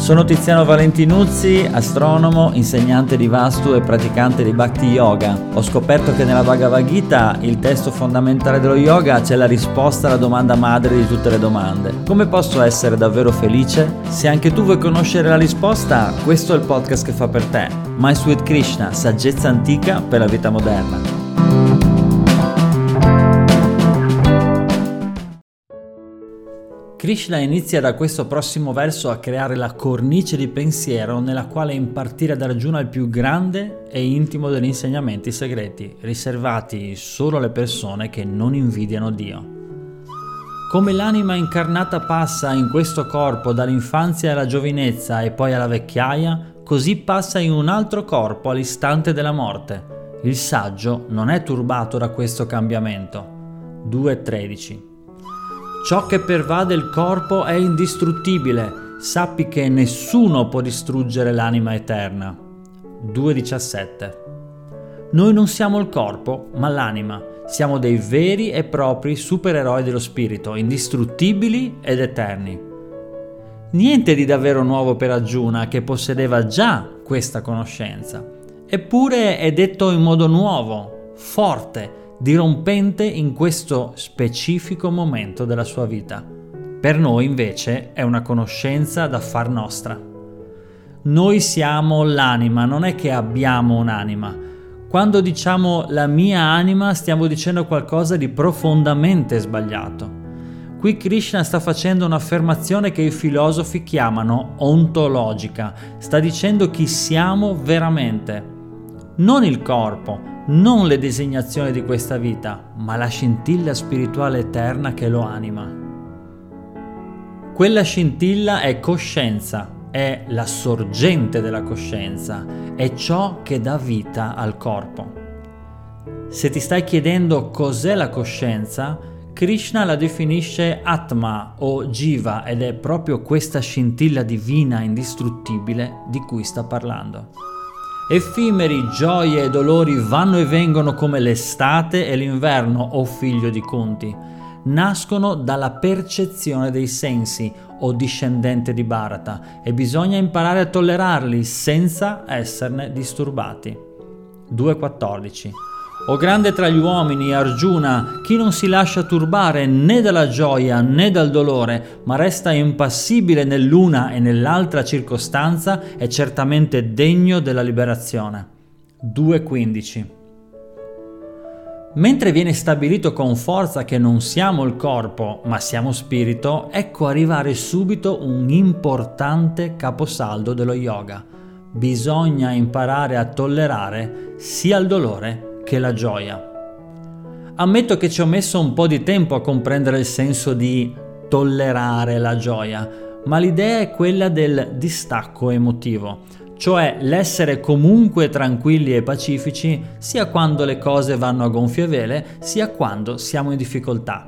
Sono Tiziano Valentinuzzi, astronomo, insegnante di Vastu e praticante di Bhakti Yoga. Ho scoperto che nella Bhagavad Gita, il testo fondamentale dello yoga, c'è la risposta alla domanda madre di tutte le domande. Come posso essere davvero felice? Se anche tu vuoi conoscere la risposta, questo è il podcast che fa per te. My Sweet Krishna, saggezza antica per la vita moderna. Krishna inizia da questo prossimo verso a creare la cornice di pensiero nella quale impartire ad Arjuna il più grande e intimo degli insegnamenti segreti, riservati solo alle persone che non invidiano Dio. Come l'anima incarnata passa in questo corpo dall'infanzia alla giovinezza e poi alla vecchiaia, così passa in un altro corpo all'istante della morte. Il saggio non è turbato da questo cambiamento. 2.13. Ciò che pervade il corpo è indistruttibile, sappi che nessuno può distruggere l'anima eterna. 2.17. Noi non siamo il corpo, ma l'anima. Siamo dei veri e propri supereroi dello spirito, indistruttibili ed eterni. Niente di davvero nuovo per Arjuna, che possedeva già questa conoscenza. Eppure è detto in modo nuovo, forte, dirompente in questo specifico momento della sua vita. Per noi invece è una conoscenza da far nostra. Noi siamo l'anima, non è che abbiamo un'anima. Quando diciamo la mia anima stiamo dicendo qualcosa di profondamente sbagliato. Qui Krishna sta facendo un'affermazione che i filosofi chiamano ontologica. Sta dicendo chi siamo veramente. Non il corpo, non le designazioni di questa vita, ma la scintilla spirituale eterna che lo anima. Quella scintilla è coscienza, è la sorgente della coscienza, è ciò che dà vita al corpo. Se ti stai chiedendo cos'è la coscienza, Krishna la definisce Atma o Jiva ed è proprio questa scintilla divina indistruttibile di cui sta parlando. Effimeri, gioie e dolori vanno e vengono come l'estate e l'inverno, o figlio di Kunti. Nascono dalla percezione dei sensi, o discendente di Bharata, e bisogna imparare a tollerarli senza esserne disturbati. 2.14. O grande tra gli uomini, Arjuna, chi non si lascia turbare né dalla gioia né dal dolore, ma resta impassibile nell'una e nell'altra circostanza, è certamente degno della liberazione. 2.15. Mentre viene stabilito con forza che non siamo il corpo, ma siamo spirito, ecco arrivare subito un importante caposaldo dello yoga. Bisogna imparare a tollerare sia il dolore che la gioia. Ammetto che ci ho messo un po' di tempo a comprendere il senso di tollerare la gioia, ma l'idea è quella del distacco emotivo, cioè l'essere comunque tranquilli e pacifici sia quando le cose vanno a gonfie vele, sia quando siamo in difficoltà.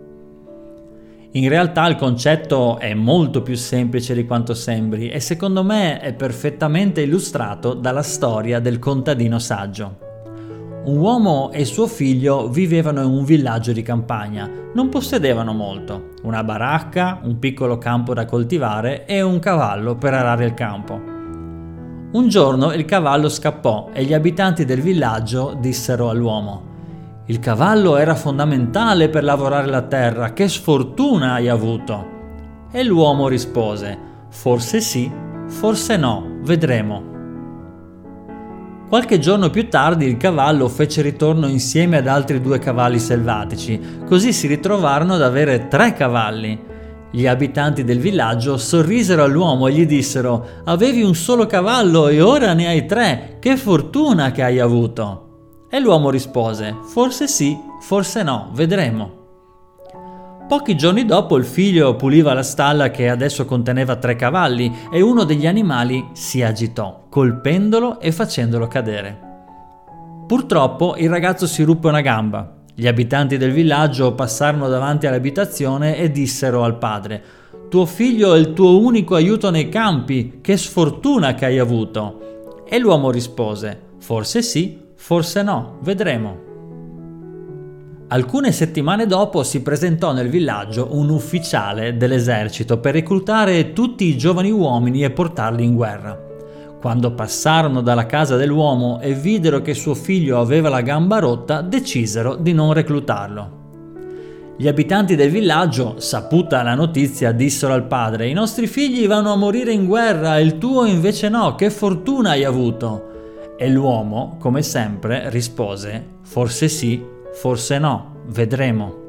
In realtà il concetto è molto più semplice di quanto sembri e secondo me è perfettamente illustrato dalla storia del contadino saggio. Un uomo e suo figlio vivevano in un villaggio di campagna. Non possedevano molto: una baracca, un piccolo campo da coltivare e un cavallo per arare il campo. Un giorno il cavallo scappò e gli abitanti del villaggio dissero all'uomo: «Il cavallo era fondamentale per lavorare la terra, che sfortuna hai avuto!» E l'uomo rispose: «Forse sì, forse no, vedremo». Qualche giorno più tardi il cavallo fece ritorno insieme ad altri 2 cavalli selvatici, così si ritrovarono ad avere 3 cavalli. Gli abitanti del villaggio sorrisero all'uomo e gli dissero: «Avevi un solo cavallo e ora ne hai 3, che fortuna che hai avuto!» E l'uomo rispose: «Forse sì, forse no, vedremo». Pochi giorni dopo il figlio puliva la stalla che adesso conteneva 3 cavalli e uno degli animali si agitò, colpendolo e facendolo cadere. Purtroppo il ragazzo si ruppe una gamba. Gli abitanti del villaggio passarono davanti all'abitazione e dissero al padre: «Tuo figlio è il tuo unico aiuto nei campi, che sfortuna che hai avuto!» E l'uomo rispose: «Forse sì, forse no, vedremo». Alcune settimane dopo si presentò nel villaggio un ufficiale dell'esercito per reclutare tutti i giovani uomini e portarli in guerra. Quando passarono dalla casa dell'uomo e videro che suo figlio aveva la gamba rotta, decisero di non reclutarlo. Gli abitanti del villaggio, saputa la notizia, dissero al padre: «I nostri figli vanno a morire in guerra, il tuo invece no, che fortuna hai avuto!» E l'uomo, come sempre, rispose: «Forse sì, forse no, vedremo».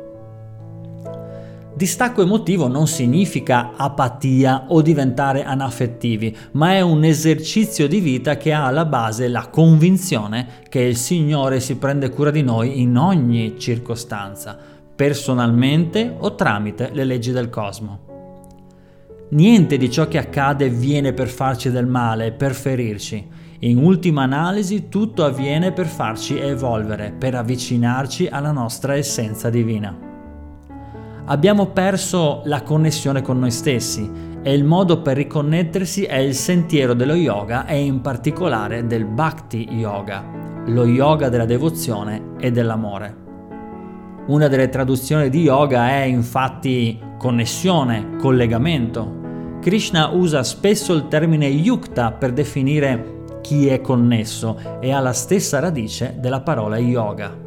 Distacco emotivo non significa apatia o diventare anaffettivi, ma è un esercizio di vita che ha alla base la convinzione che il Signore si prende cura di noi in ogni circostanza, personalmente o tramite le leggi del cosmo. Niente di ciò che accade viene per farci del male, per ferirci. In ultima analisi tutto avviene per farci evolvere, per avvicinarci alla nostra essenza divina. Abbiamo perso la connessione con noi stessi e il modo per riconnettersi è il sentiero dello yoga e in particolare del Bhakti Yoga, lo yoga della devozione e dell'amore. Una delle traduzioni di yoga è infatti connessione, collegamento. Krishna usa spesso il termine yukta per definire chi è connesso e ha la stessa radice della parola yoga.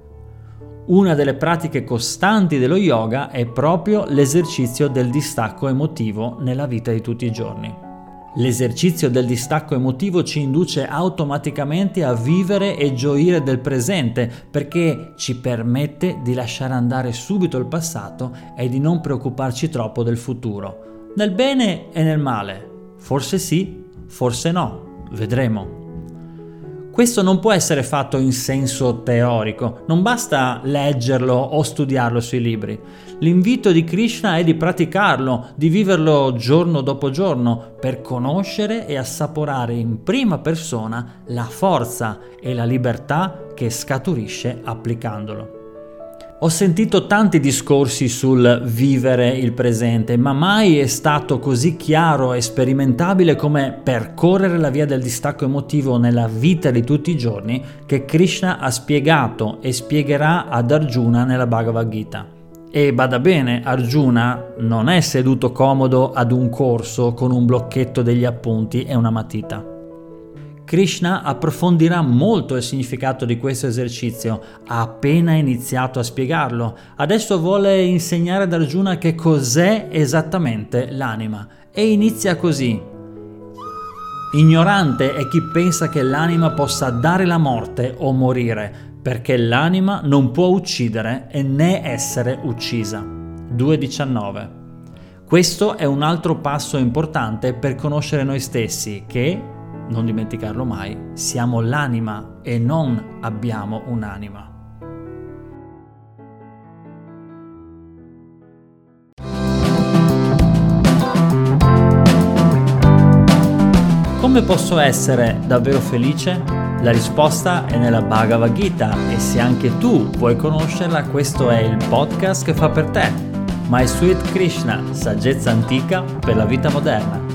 Una delle pratiche costanti dello yoga è proprio l'esercizio del distacco emotivo nella vita di tutti i giorni. L'esercizio del distacco emotivo ci induce automaticamente a vivere e gioire del presente perché ci permette di lasciare andare subito il passato e di non preoccuparci troppo del futuro, nel bene e nel male. Forse sì, forse no, vedremo. Questo non può essere fatto in senso teorico, non basta leggerlo o studiarlo sui libri. L'invito di Krishna è di praticarlo, di viverlo giorno dopo giorno, per conoscere e assaporare in prima persona la forza e la libertà che scaturisce applicandolo. Ho sentito tanti discorsi sul vivere il presente, ma mai è stato così chiaro e sperimentabile come percorrere la via del distacco emotivo nella vita di tutti i giorni che Krishna ha spiegato e spiegherà ad Arjuna nella Bhagavad Gita. E bada bene, Arjuna non è seduto comodo ad un corso con un blocchetto degli appunti e una matita. Krishna approfondirà molto il significato di questo esercizio, ha appena iniziato a spiegarlo. Adesso vuole insegnare ad Arjuna che cos'è esattamente l'anima e inizia così. Ignorante è chi pensa che l'anima possa dare la morte o morire, perché l'anima non può uccidere e né essere uccisa. 2.19. Questo è un altro passo importante per conoscere noi stessi, che, non dimenticarlo mai, siamo l'anima e non abbiamo un'anima. Come posso essere davvero felice? La risposta è nella Bhagavad Gita e se anche tu vuoi conoscerla, questo è il podcast che fa per te. My Sweet Krishna, saggezza antica per la vita moderna.